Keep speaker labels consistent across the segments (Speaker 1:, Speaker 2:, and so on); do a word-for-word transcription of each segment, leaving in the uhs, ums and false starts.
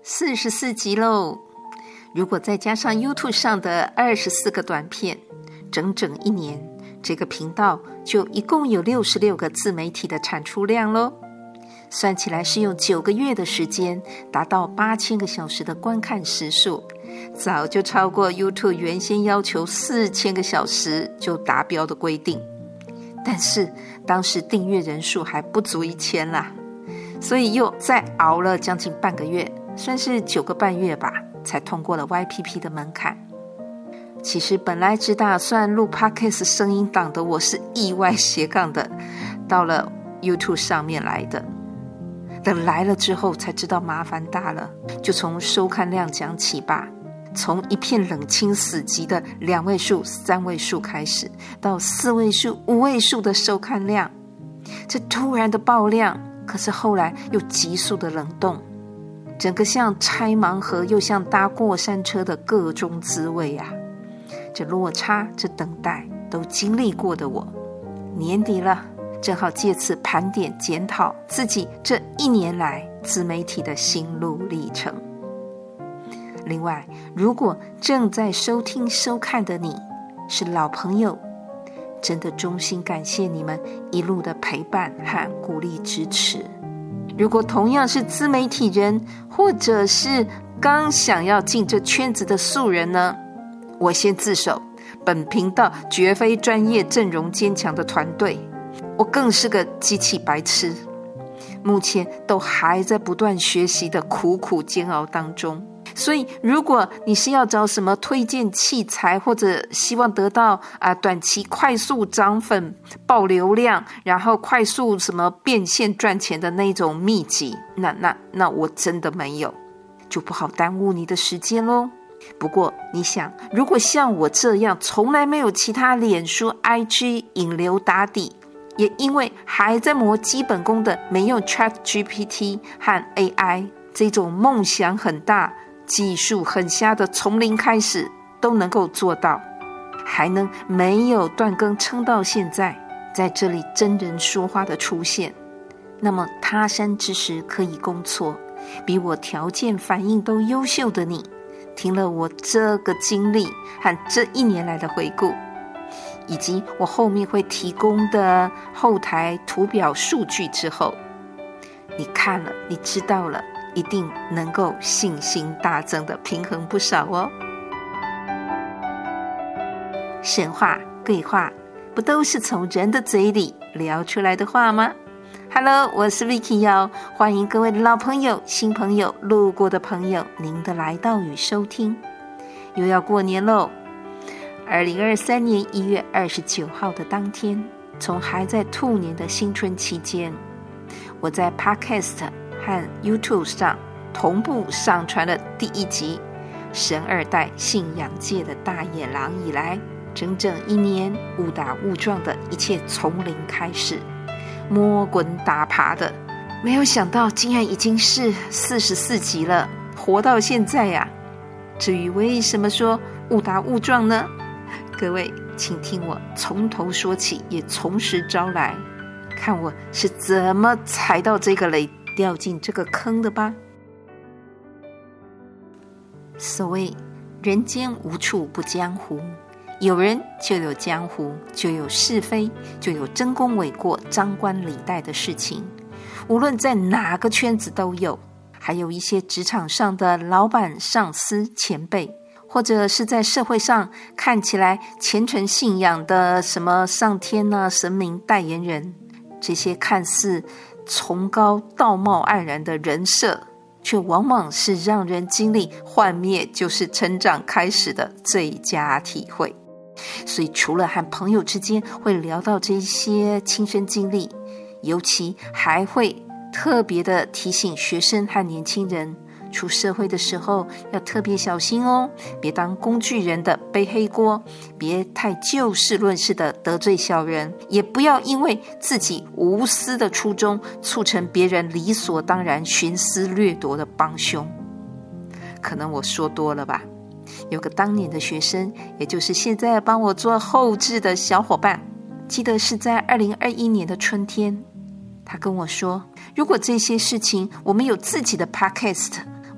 Speaker 1: 四十四集咯，如果再加上 YouTube 上的二十四个短片，整整一年，这个频道就一共有六十六个自媒体的产出量咯。算起来是用九个月的时间达到八千个小时的观看时数，早就超过 YouTube 原先要求四千个小时就达标的规定。但是当时订阅人数还不足一千啦，所以又再熬了将近半个月，算是九个半月吧，才通过了 Y P P 的门槛。其实本来只打算录 Podcast 声音档的我，是意外斜杠的到了 YouTube 上面来的。等来了之后才知道麻烦大了，就从收看量讲起吧。从一片冷清死寂的两位数、三位数开始，到四位数、五位数的收看量，这突然的爆量，可是后来又急速的冷冻，整个像拆盲盒又像搭过山车的各种滋味啊！这落差，这等待都经历过的我，年底了，正好借此盘点检讨自己这一年来自媒体的心路历程。另外，如果正在收听收看的你是老朋友，真的衷心感谢你们一路的陪伴和鼓励支持。如果同样是自媒体人，或者是刚想要进这圈子的素人呢，我先自首，本频道绝非专业阵容坚强的团队，我更是个机器白痴，目前都还在不断学习的苦苦煎熬当中。所以如果你是要找什么推荐器材，或者希望得到、呃、短期快速涨粉爆流量，然后快速什么变现赚钱的那种秘籍，那那那我真的没有，就不好耽误你的时间咯。不过你想，如果像我这样从来没有其他脸书 I G 引流打底，也因为还在磨基本功的没用 Chat G P T 和 A I 这种梦想很大技术很瞎的从零开始都能够做到，还能没有断更撑到现在，在这里真人说话的出现，那么他山之石可以攻错，比我条件反应都优秀的你，听了我这个经历和这一年来的回顾，以及我后面会提供的后台图表数据之后，你看了，你知道了，一定能够信心大增的平衡不少哦。神话对话不都是从人的嘴里聊出来的话吗？ Hello， 我是 Vicky 哟，欢迎各位老朋友、新朋友、路过的朋友，您的来到与收听。又要过年喽，二零二三年一月二十九号的当天，从还在兔年的新春期间，我在 Podcast 和 YouTube 上同步上传了第一集神二代信仰界的大野狼以来，整整一年误打误撞的一切从零开始，摸滚打爬的，没有想到竟然已经是四十四集了，活到现在呀、啊！至于为什么说误打误撞呢？各位请听我从头说起，也从实招来，看我是怎么踩到这个雷，掉进这个坑的吧。所谓人间无处不江湖，有人就有江湖，就有是非，就有争功诿过、张冠李戴的事情，无论在哪个圈子都有。还有一些职场上的老板、上司、前辈，或者是在社会上看起来虔诚信仰的什么上天啊、神明代言人，这些看似崇高道貌岸然的人设，却往往是让人经历幻灭就是成长开始的最佳体会。所以除了和朋友之间会聊到这些亲身经历，尤其还会特别的提醒学生和年轻人，出社会的时候要特别小心哦，别当工具人的背黑锅，别太就事论事的得罪小人，也不要因为自己无私的初衷促成别人理所当然徇私掠夺的帮凶。可能我说多了吧，有个当年的学生，也就是现在帮我做后制的小伙伴，记得是在二零二一年的春天，他跟我说，如果这些事情我们有自己的 podcast，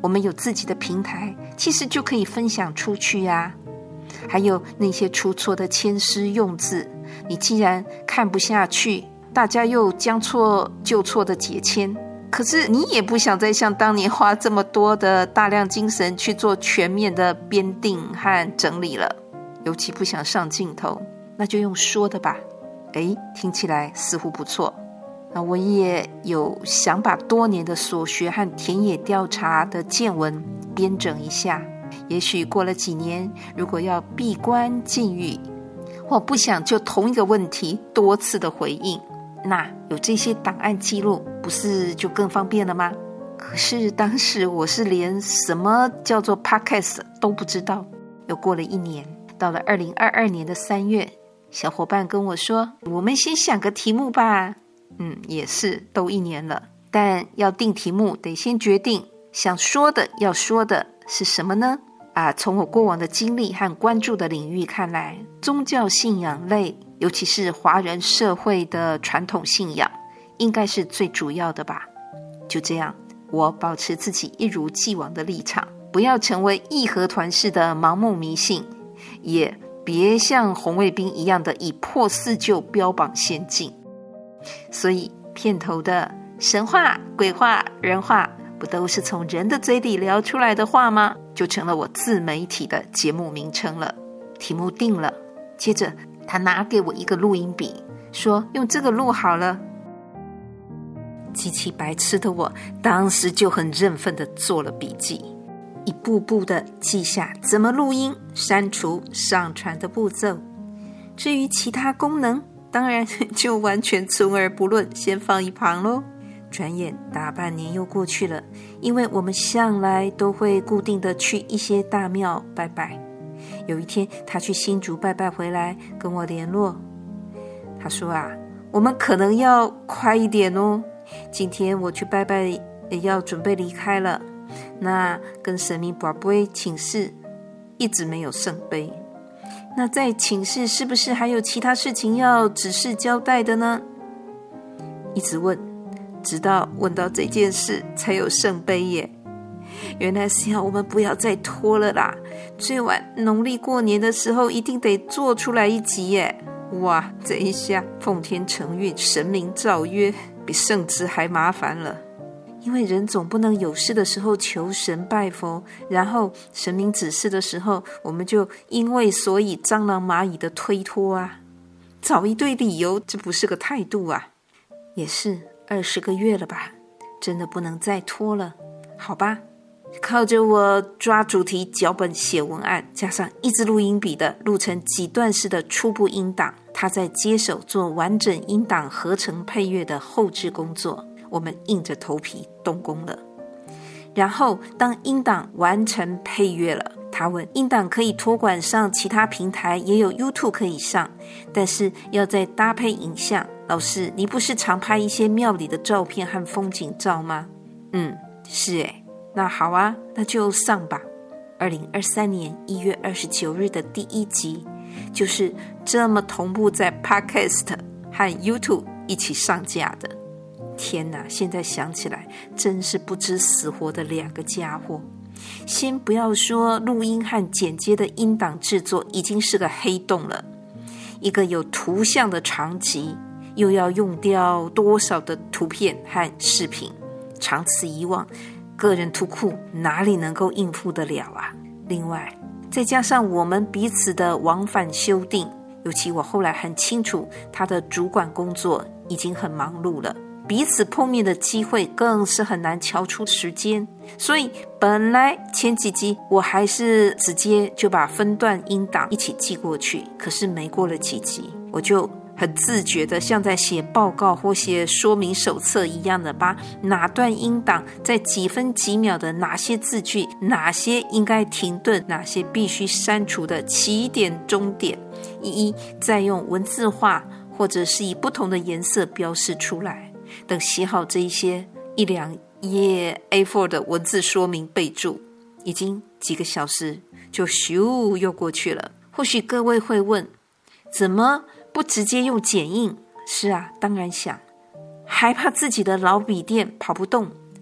Speaker 1: 我们有自己的平台，其实就可以分享出去啊。还有那些出错的签诗用字，你既然看不下去，大家又将错就错的解签，可是你也不想再像当年花这么多的大量精神去做全面的编订和整理了，尤其不想上镜头，那就用说的吧。诶，听起来似乎不错。那我也有想把多年的所学和田野调查的见闻编整一下，也许过了几年，如果要闭关禁欲，或不想就同一个问题多次的回应，那有这些档案记录，不是就更方便了吗？可是当时我是连什么叫做 podcast 都不知道。又过了一年，到了二零二二年的三月，小伙伴跟我说，我们先想个题目吧。嗯，也是，都一年了，但要定题目得先决定想说的要说的是什么呢？啊，从我过往的经历和关注的领域看来，宗教信仰类，尤其是华人社会的传统信仰，应该是最主要的吧。就这样，我保持自己一如既往的立场，不要成为义和团式的盲目迷信，也别像红卫兵一样的以破四旧标榜先进。所以片头的神话、鬼话、人话，不都是从人的嘴里聊出来的话吗？就成了我自媒体的节目名称了。题目定了，接着他拿给我一个录音笔，说用这个录好了。极其白痴的我当时就很认份地做了笔记，一步步地记下怎么录音、删除、上传的步骤。至于其他功能，当然就完全存而不论，先放一旁咯。转眼大半年又过去了，因为我们向来都会固定的去一些大庙拜拜。有一天他去新竹拜拜回来跟我联络，他说啊，我们可能要快一点哦，今天我去拜拜也要准备离开了，那跟神明跋杯请示，一直没有圣杯，那在请示是不是还有其他事情要指示交代的呢？一直问，直到问到这件事才有圣杯耶。原来是要我们不要再拖了啦，最晚农历过年的时候一定得做出来一集耶。哇，这一下奉天承运，神明诏约，比圣旨还麻烦了。因为人总不能有事的时候求神拜佛，然后神明指示的时候我们就因为所以蟑螂蚂蚁的推脱啊，找一堆理由，这不是个态度啊。也是二十个月了吧，真的不能再拖了，好吧，靠着我抓主题、脚本、写文案，加上一支录音笔的录成几段式的初步音档，他在接手做完整音档合成配乐的后制工作，我们硬着头皮动工了。然后当音档完成配乐了，他问音档可以托管上其他平台，也有 YouTube 可以上，但是要再搭配影像。老师，你不是常拍一些庙里的照片和风景照吗？嗯，是耶。那好啊，那就上吧。二零二三年一月二十九日的第一集，就是这么同步在 Podcast 和 YouTube 一起上架的。天哪，现在想起来真是不知死活的两个家伙。先不要说录音和剪接的音档制作已经是个黑洞了，一个有图像的长集又要用掉多少的图片和视频，长此以往，个人图库哪里能够应付得了啊？另外再加上我们彼此的往返修订，尤其我后来很清楚他的主管工作已经很忙碌了，彼此碰面的机会更是很难敲出时间，所以本来前几集我还是直接就把分段音档一起寄过去，可是没过了几集，我就很自觉的像在写报告或写说明手册一样的，把哪段音档在几分几秒的哪些字句，哪些应该停顿，哪些必须删除的起点终点，一一再用文字化或者是以不同的颜色标示出来。等写好这一些一两页 A 四 的文字说明备注，已经几个小时就咻又过去了。或许各位会问，怎么不直接用剪映？是啊，当然想，还怕自己的老笔电跑不动，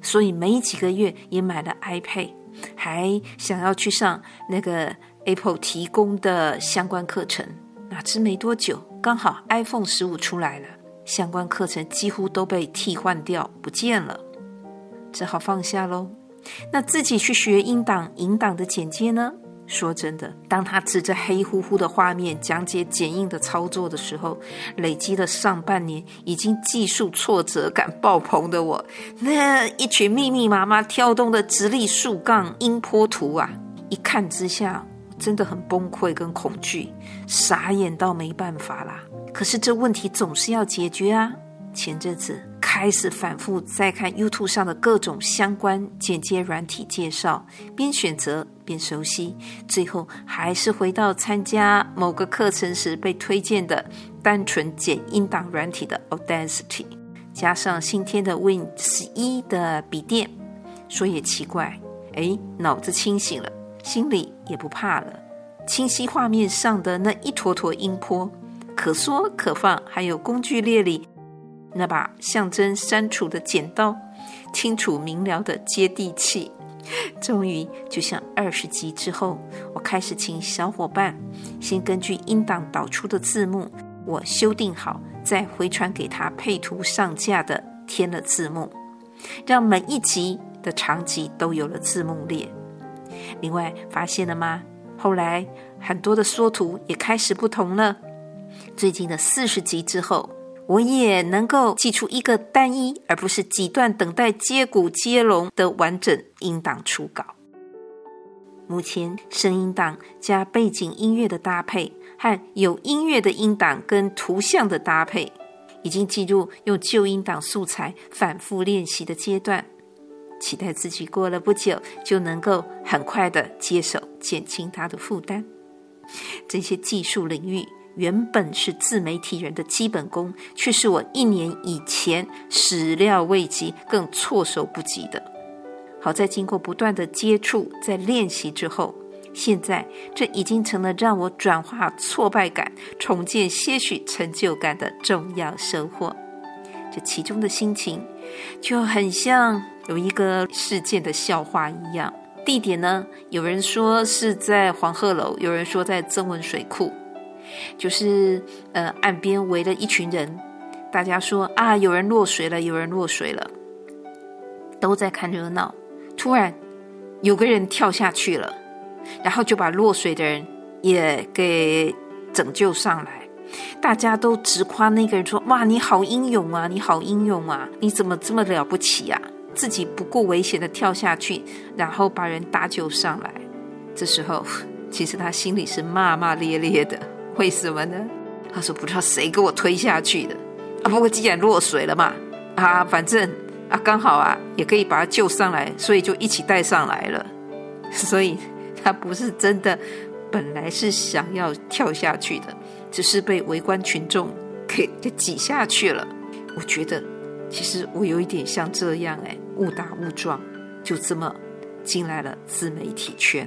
Speaker 1: 所以没几个月也买了 iPad， 还想要去上那个 Apple 提供的相关课程。哪知没多久，刚好 iPhone 十五出来了，相关课程几乎都被替换掉，不见了，只好放下咯。那自己去学音档、影档的剪接呢？说真的，当他指着黑乎乎的画面讲解剪映的操作的时候，累积了上半年已经技术挫折感爆棚的我，那一群密密麻麻跳动的直立竖杠音波图啊，一看之下真的很崩溃跟恐惧，傻眼到没办法啦。可是这问题总是要解决啊。前阵子开始反复再看 YouTube 上的各种相关剪接软体介绍，边选择边熟悉，最后还是回到参加某个课程时被推荐的单纯剪音档软体的 Audacity， 加上新添的 Win 十一的笔电。说也奇怪，诶，脑子清醒了，心里也不怕了。清晰画面上的那一坨坨音波，可缩可放，还有工具列里那把象征删除的剪刀，清楚明了的接地气。终于就像二十集之后，我开始请小伙伴先根据音档导出的字幕，我修订好再回传给他配图上架的，添了字幕，让每一集的长集都有了字幕列。另外发现了吗？后来很多的缩图也开始不同了。最近的四十集之后，我也能够寄出一个单一而不是几段等待接骨接龙的完整音档初稿。目前声音档加背景音乐的搭配和有音乐的音档跟图像的搭配，已经进入用旧音档素材反复练习的阶段，期待自己过了不久就能够很快的接手，减轻它的负担。这些技术领域原本是自媒体人的基本功，却是我一年以前始料未及更措手不及的。好在经过不断的接触在练习之后，现在这已经成了让我转化挫败感重建些许成就感的重要收获。这其中的心情就很像有一个事件的笑话一样。地点呢，有人说是在黄鹤楼，有人说在曾文水库，就是呃岸边围了一群人，大家说啊有人落水了，有人落水了，都在看热闹。突然有个人跳下去了，然后就把落水的人也给拯救上来。大家都直夸那个人说，哇你好英勇啊，你好英勇啊，你怎么这么了不起啊，自己不顾危险的跳下去，然后把人搭救上来。这时候其实他心里是骂骂咧咧的。为什么呢？他说不知道谁给我推下去的啊，不过既然落水了嘛，啊反正啊刚好啊也可以把他救上来，所以就一起带上来了。所以他不是真的本来是想要跳下去的，只是被围观群众给给挤下去了。我觉得其实我有一点像这样，哎，误打误撞就这么进来了自媒体圈。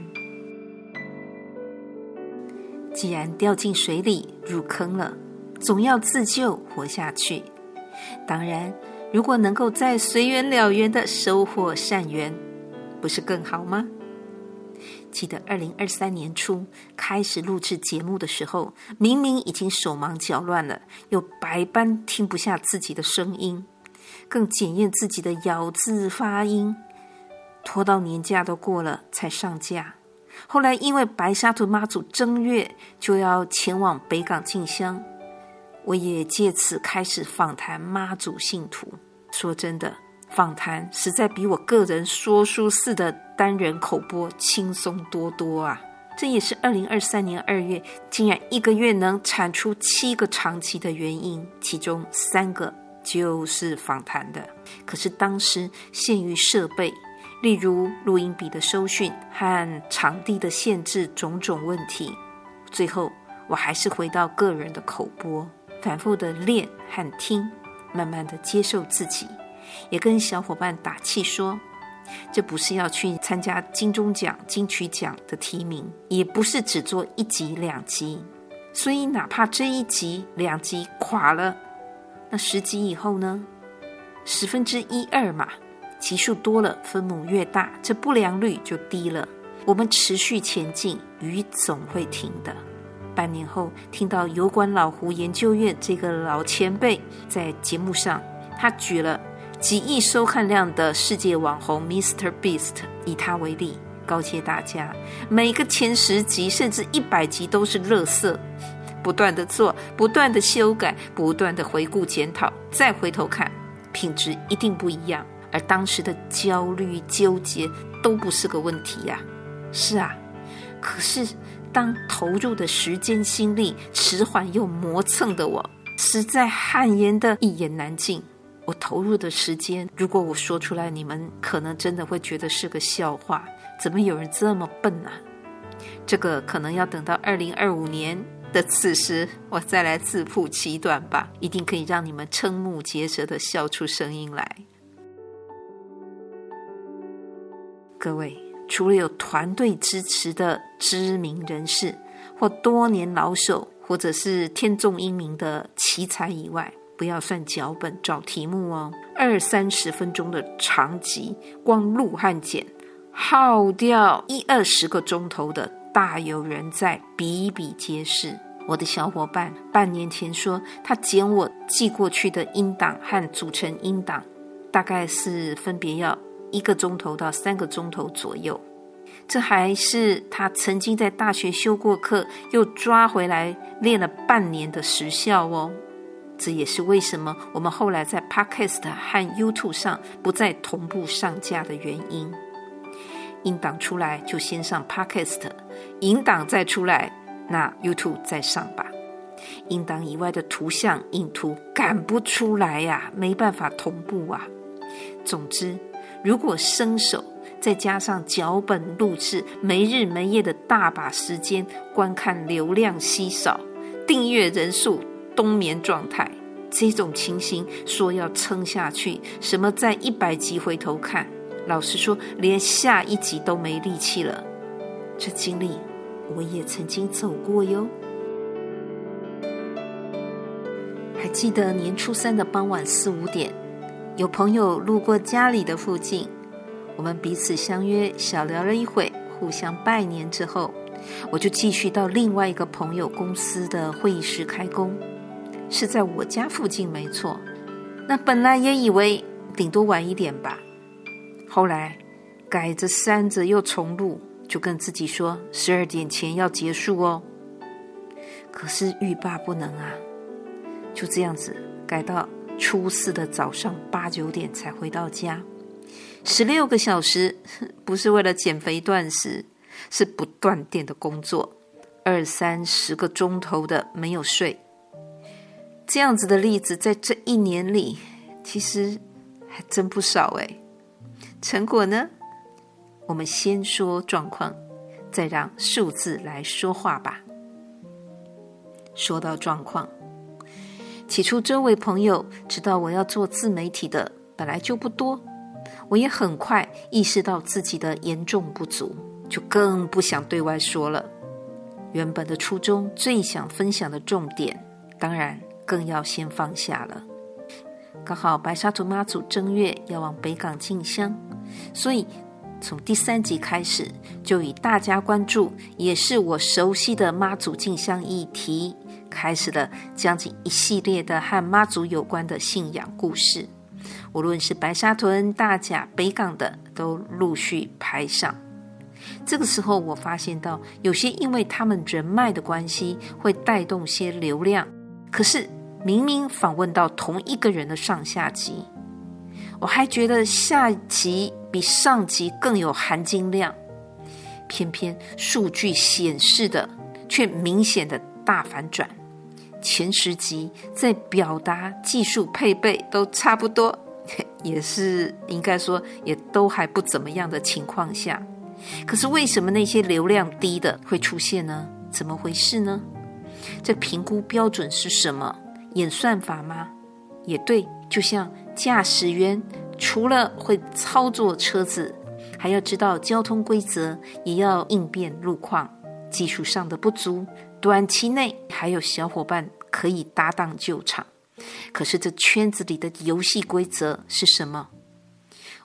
Speaker 1: 既然掉进水里入坑了，总要自救活下去。当然如果能够再随缘了缘的收获善缘，不是更好吗？记得二零二三年初开始录制节目的时候，明明已经手忙脚乱了，又百般听不下自己的声音，更检验自己的咬字发音，拖到年假都过了才上架。后来因为白沙屯妈祖正月就要前往北港进香，我也借此开始访谈妈祖信徒。说真的，访谈实在比我个人说书似的单人口播轻松多多啊！这也是二零二三年二月竟然一个月能产出七个长期的原因，其中三个就是访谈的。可是当时限于设备，例如录音笔的收讯和场地的限制种种问题，最后我还是回到个人的口播，反复的练和听，慢慢的接受自己，也跟小伙伴打气说，这不是要去参加金钟奖、金曲奖的提名，也不是只做一集两集，所以哪怕这一集两集垮了，那十集以后呢？十分之一二嘛， 集数多了，分母越大，这不良率就低了。我们持续前进，雨总会停的。半年后，听到有管老胡研究院这个老前辈在节目上，他举了几亿收看量的世界网红 Mister Beast， 以他为例，告诫大家，每个前十集甚至一百集都是垃圾，不断的做，不断的修改，不断的回顾检讨，再回头看，品质一定不一样。而当时的焦虑纠结都不是个问题呀、啊。是啊，可是当投入的时间心力迟缓又磨蹭的我，实在汗颜的一言难尽。我投入的时间，如果我说出来，你们可能真的会觉得是个笑话，怎么有人这么笨啊？这个可能要等到二零二五年的此时，我再来自曝其短吧，一定可以让你们瞠目结舌的笑出声音来。各位，除了有团队支持的知名人士，或多年老手，或者是天纵英明的奇才以外，不要算脚本找题目哦，二三十分钟的长集，光录和剪，耗掉一二十个钟头的大有人在，比比皆是。我的小伙伴半年前说，他剪我寄过去的音档和组成音档，大概是分别要一个钟头到三个钟头左右。这还是他曾经在大学修过课，又抓回来练了半年的时效哦。这也是为什么我们后来在 Podcast 和 YouTube 上不再同步上架的原因。音档出来就先上 Podcast， 音档再出来，那 YouTube 再上吧。音档以外的图像影图赶不出来呀、啊，没办法同步啊。总之，如果生手再加上脚本录制，没日没夜的大把时间，观看流量稀少，订阅人数冬眠状态，这种情形说要撑下去，什么在一百集回头看，老实说连下一集都没力气了。这经历我也曾经走过哟。还记得年初三的傍晚四五点，有朋友路过家里的附近，我们彼此相约小聊了一会，互相拜年之后，我就继续到另外一个朋友公司的会议室开工，是在我家附近没错。那本来也以为顶多晚一点吧，后来改着删着又重录，就跟自己说十二点前要结束哦。可是欲罢不能啊，就这样子改到初四的早上八九点才回到家。十六个小时不是为了减肥断食，是不断电的工作，二三十个钟头的没有睡。这样子的例子在这一年里其实还真不少诶。成果呢？我们先说状况，再让数字来说话吧。说到状况，起初周围朋友知道我要做自媒体的本来就不多，我也很快意识到自己的严重不足，就更不想对外说了。原本的初衷，最想分享的重点，当然更要先放下了。刚好白沙屯妈祖正月要往北港进香，所以从第三集开始，就以大家关注也是我熟悉的妈祖进香议题，开始了将近一系列的和妈祖有关的信仰故事。无论是白沙屯、大甲、北港的，都陆续拍上。这个时候我发现到，有些因为他们人脉的关系，会带动些流量，可是明明访问到同一个人的上下集，我还觉得下集比上集更有含金量，偏偏数据显示的却明显的大反转。前十集在表达、技术、配备都差不多，也是应该说也都还不怎么样的情况下，可是为什么那些流量低的会出现呢？怎么回事呢？这评估标准是什么？演算法吗？也对，就像驾驶员除了会操作车子，还要知道交通规则，也要应变路况。技术上的不足，短期内还有小伙伴可以搭档救场。可是这圈子里的游戏规则是什么？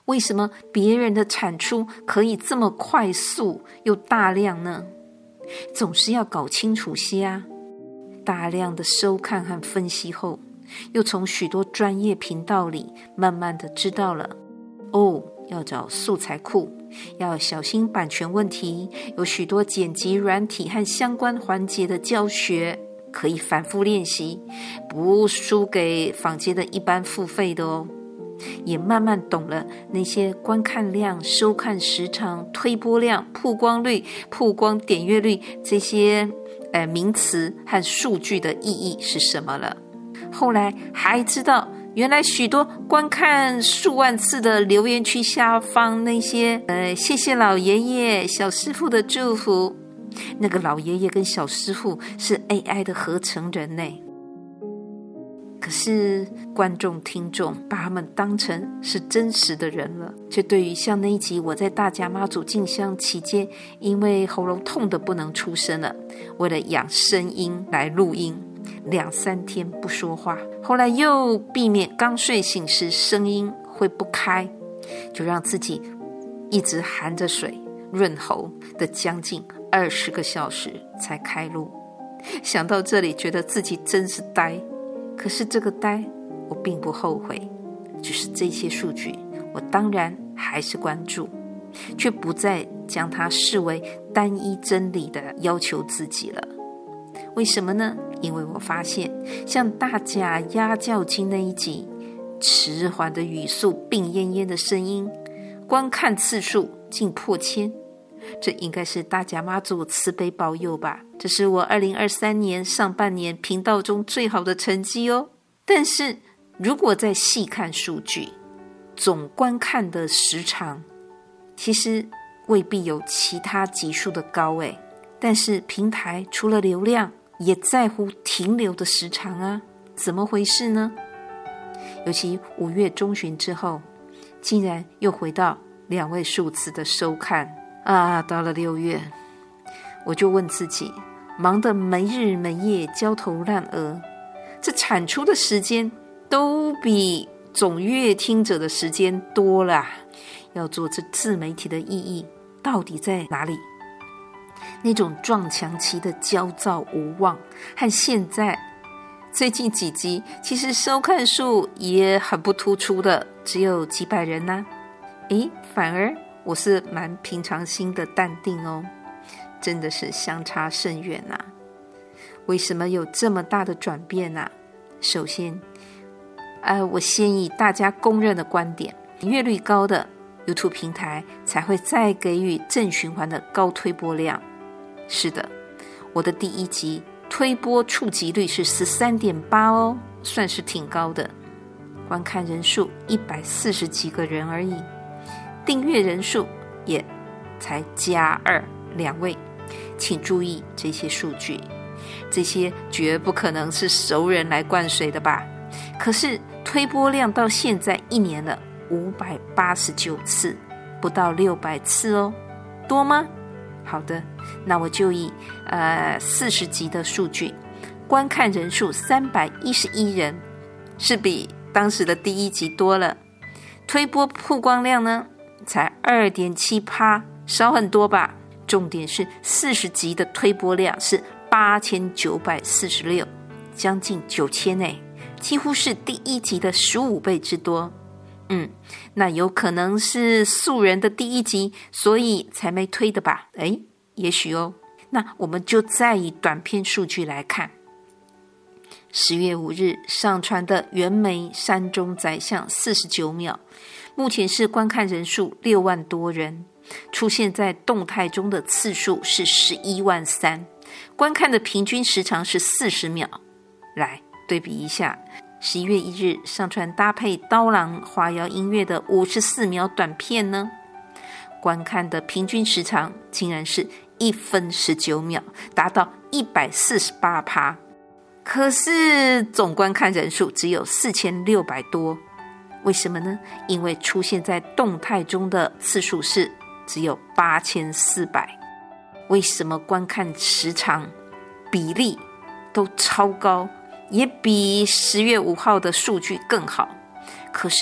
Speaker 1: 为什么别人的产出可以这么快速又大量呢？总是要搞清楚些啊。大量的收看和分析后，又从许多专业频道里慢慢的知道了，哦，要找素材库，要小心版权问题，有许多剪辑软体和相关环节的教学可以反复练习，不输给坊间的一般付费的哦。也慢慢懂了那些观看量、收看时长、推播量、曝光率、曝光点阅率这些呃名词和数据的意义是什么了。后来还知道，原来许多观看数万次的留言区下方那些呃谢谢老爷爷、小师傅的祝福，那个老爷爷跟小师傅是 A I 的合成人呢。可是观众听众把他们当成是真实的人了，却对于像那一集我在大甲妈祖进香期间，因为喉咙痛得不能出声了，为了养声音来录音，两三天不说话，后来又避免刚睡醒时声音会不开，就让自己一直含着水润喉的将近二十个小时才开录。想到这里觉得自己真是呆，可是这个呆我并不后悔，只是这些数据我当然还是关注，却不再将它视为单一真理的要求自己了。为什么呢？因为我发现像大甲鸭叫经那一集，迟缓的语速、病恹恹的声音，观看次数竟破千，这应该是大甲妈祖慈悲保佑吧。这是我二零二三年上半年频道中最好的成绩哦。但是如果再细看数据，总观看的时长其实未必有其他集数的高诶，但是平台除了流量也在乎停留的时长啊，怎么回事呢？尤其五月中旬之后，竟然又回到两位数字的收看啊！到了六月，我就问自己，忙得没日没夜，焦头烂额，这产出的时间都比总阅听者的时间多了，要做这自媒体的意义到底在哪里？那种撞墙期的焦躁无望，和现在最近几集其实收看数也很不突出的，只有几百人啊。诶，反而我是蛮平常心的淡定哦，真的是相差甚远啊。为什么有这么大的转变啊？首先呃，我先以大家公认的观点，阅率高的 YouTube 平台才会再给予正循环的高推播量。是的，我的第一集推播触及率是 十三点八 哦，算是挺高的。观看人数一百四十几个人而已，订阅人数也才加二两位。请注意这些数据，这些绝不可能是熟人来灌水的吧？可是推播量到现在一年了五百八十九次，不到六百次哦，多吗？好的，那我就以呃四十集的数据，观看人数三百一十一人，是比当时的第一集多了。推播曝光量呢，才 二点七 少很多吧？重点是四十集的推播量是八千九百四十六，将近九千诶，几乎是第一集的十五倍之多。嗯，那有可能是素人的第一集，所以才没推的吧？诶，也许哦。那我们就再以短片数据来看，十月五日上传的原梅山中宰相四十九秒，目前是观看人数六万多人，出现在动态中的次数是十一万三，观看的平均时长是四十秒。来对比一下，十一月一日上传搭配刀郎华摇音乐的五十四秒短片呢，观看的平均时长竟然是一分十九秒，达到 一百四十八趴。可是总观看人数只有四千六百多，为什么呢？因为出现在动态中的次数是只有八千四百。为什么观看时长比例都超高，也比十月五号的数据更好，可是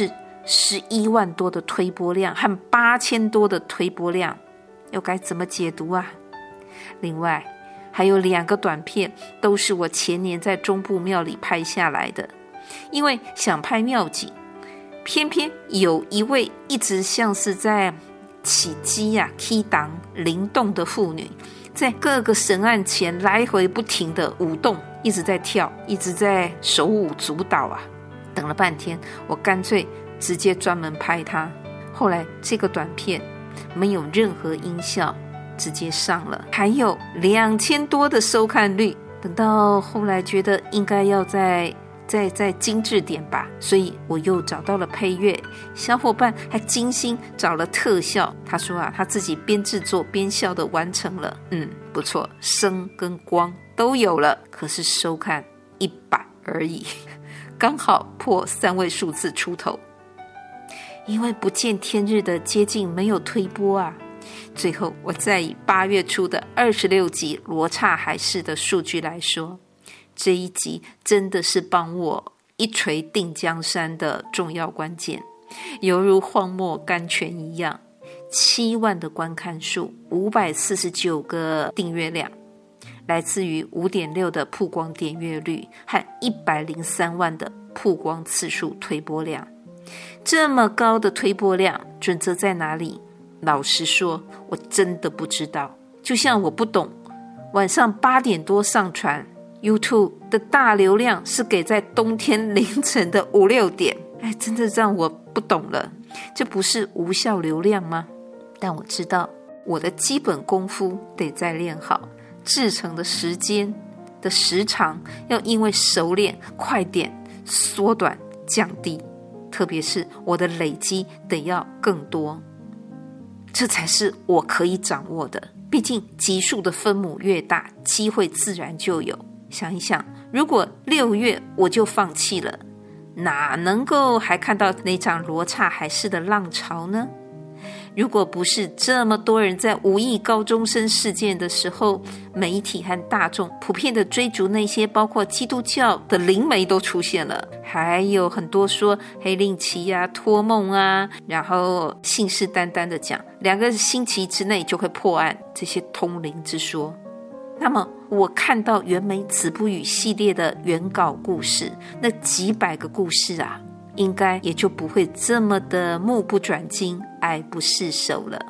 Speaker 1: 十一万多的推播量和八千多的推播量，又该怎么解读啊？另外还有两个短片都是我前年在中部庙里拍下来的，因为想拍庙景，偏偏有一位一直像是在起鸡呀、踢档灵动的妇女，在各个神案前来回不停的舞动，一直在跳，一直在手舞足蹈啊。等了半天，我干脆直接专门拍她。后来这个短片没有任何音效，直接上了，还有两千多的收看率。等到后来觉得应该要再再再精致点吧，所以我又找到了配乐，小伙伴还精心找了特效。他说啊，他自己边制作边效的完成了，嗯，不错，声跟光都有了，可是收看一百而已，刚好破三位数字出头。因为不见天日的接近没有推播啊。最后我再以八月初的二十六集罗刹海市的数据来说，这一集真的是帮我一锤定江山的重要关键，犹如荒漠甘泉一样。七万的观看数，五百四十九个订阅量，来自于 五点六 的曝光点阅率和一百零三万的曝光次数推播量。这么高的推播量，准则在哪里？老实说，我真的不知道。就像我不懂晚上八点多上传 YouTube 的大流量是给在冬天凌晨的五六点，哎，真的让我不懂了。这不是无效流量吗？但我知道我的基本功夫得再练好，制成的时间的时长要因为熟练快点缩短降低，特别是我的累积得要更多，这才是我可以掌握的。毕竟集数的分母越大，机会自然就有。想一想，如果六月我就放弃了，哪能够还看到那场罗刹海市的浪潮呢？如果不是这么多人在五亿高中生事件的时候，媒体和大众普遍的追逐那些包括基督教的灵媒都出现了，还有很多说黑令旗啊、托梦啊，然后信誓旦旦的讲两个星期之内就会破案，这些通灵之说。那么我看到原美子不语系列的原稿故事，那几百个故事啊，应该也就不会这么的目不转睛、爱不释手了。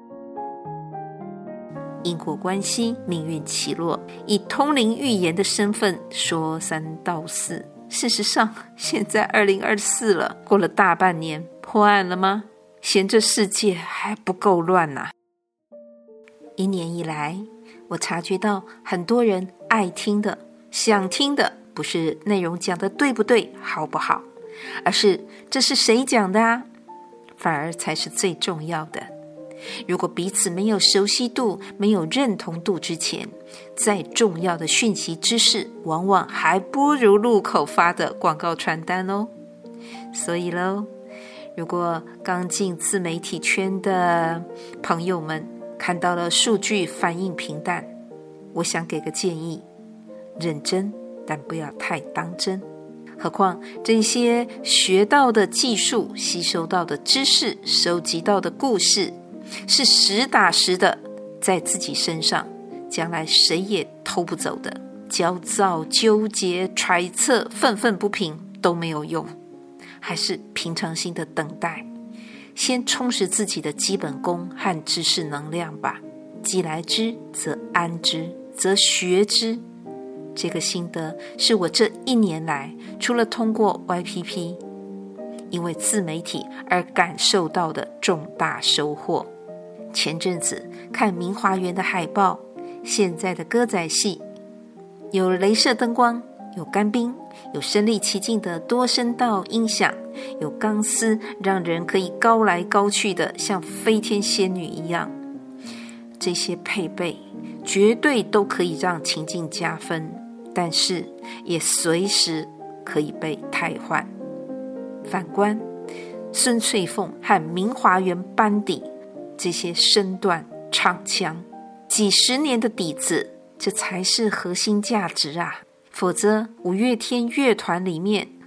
Speaker 1: 因果关系，命运起落，以通灵预言的身份说三道四。事实上，现在二零二四了，过了大半年，破案了吗？嫌这世界还不够乱啊。一年以来，我察觉到很多人爱听的、想听的，不是内容讲的对不对、好不好，而是这是谁讲的啊？反而才是最重要的。如果彼此没有熟悉度、没有认同度之前，再重要的讯息知识，往往还不如路口发的广告传单哦。所以咯，如果刚进自媒体圈的朋友们看到了数据反应平淡，我想给个建议，认真但不要太当真。何况这些学到的技术、吸收到的知识、收集到的故事，是实打实的在自己身上，将来谁也偷不走的。焦躁、纠结、揣测、愤愤不平都没有用，还是平常心的等待，先充实自己的基本功和知识能量吧。既来之则安之，则学之。这个心得是我这一年来除了通过 Y P P 因为自媒体而感受到的重大收获。前阵子看明华园的海报，现在的歌仔戏有雷射灯光，有干冰，有身临其境的多声道音响，有钢丝让人可以高来高去的像飞天仙女一样。这些配备绝对都可以让情境加分，但是也随时可以被汰换。反观孙翠凤和明华园班底这些身段唱腔，几十年的底子，这才是核心价值啊！否则五月天乐团里面是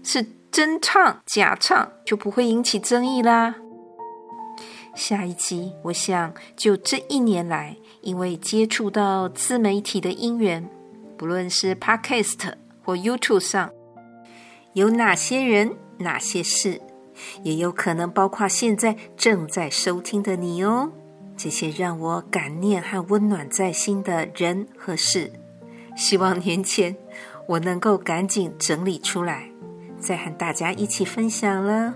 Speaker 1: 真唱假唱就不会引起争议啦。下一集我想就这一年来因为接触到自媒体的因缘，不论是 Podcast 或 YouTube 上有哪些人哪些事，也有可能包括现在正在收听的你哦。这些让我感念和温暖在心的人和事，希望年前我能够赶紧整理出来，再和大家一起分享了。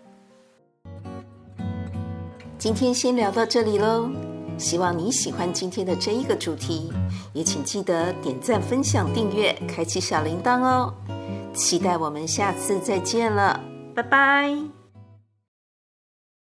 Speaker 1: 今天先聊到这里咯，希望你喜欢今天的这一个主题，也请记得点赞、分享、订阅，开启小铃铛哦。期待我们下次再见了，拜拜。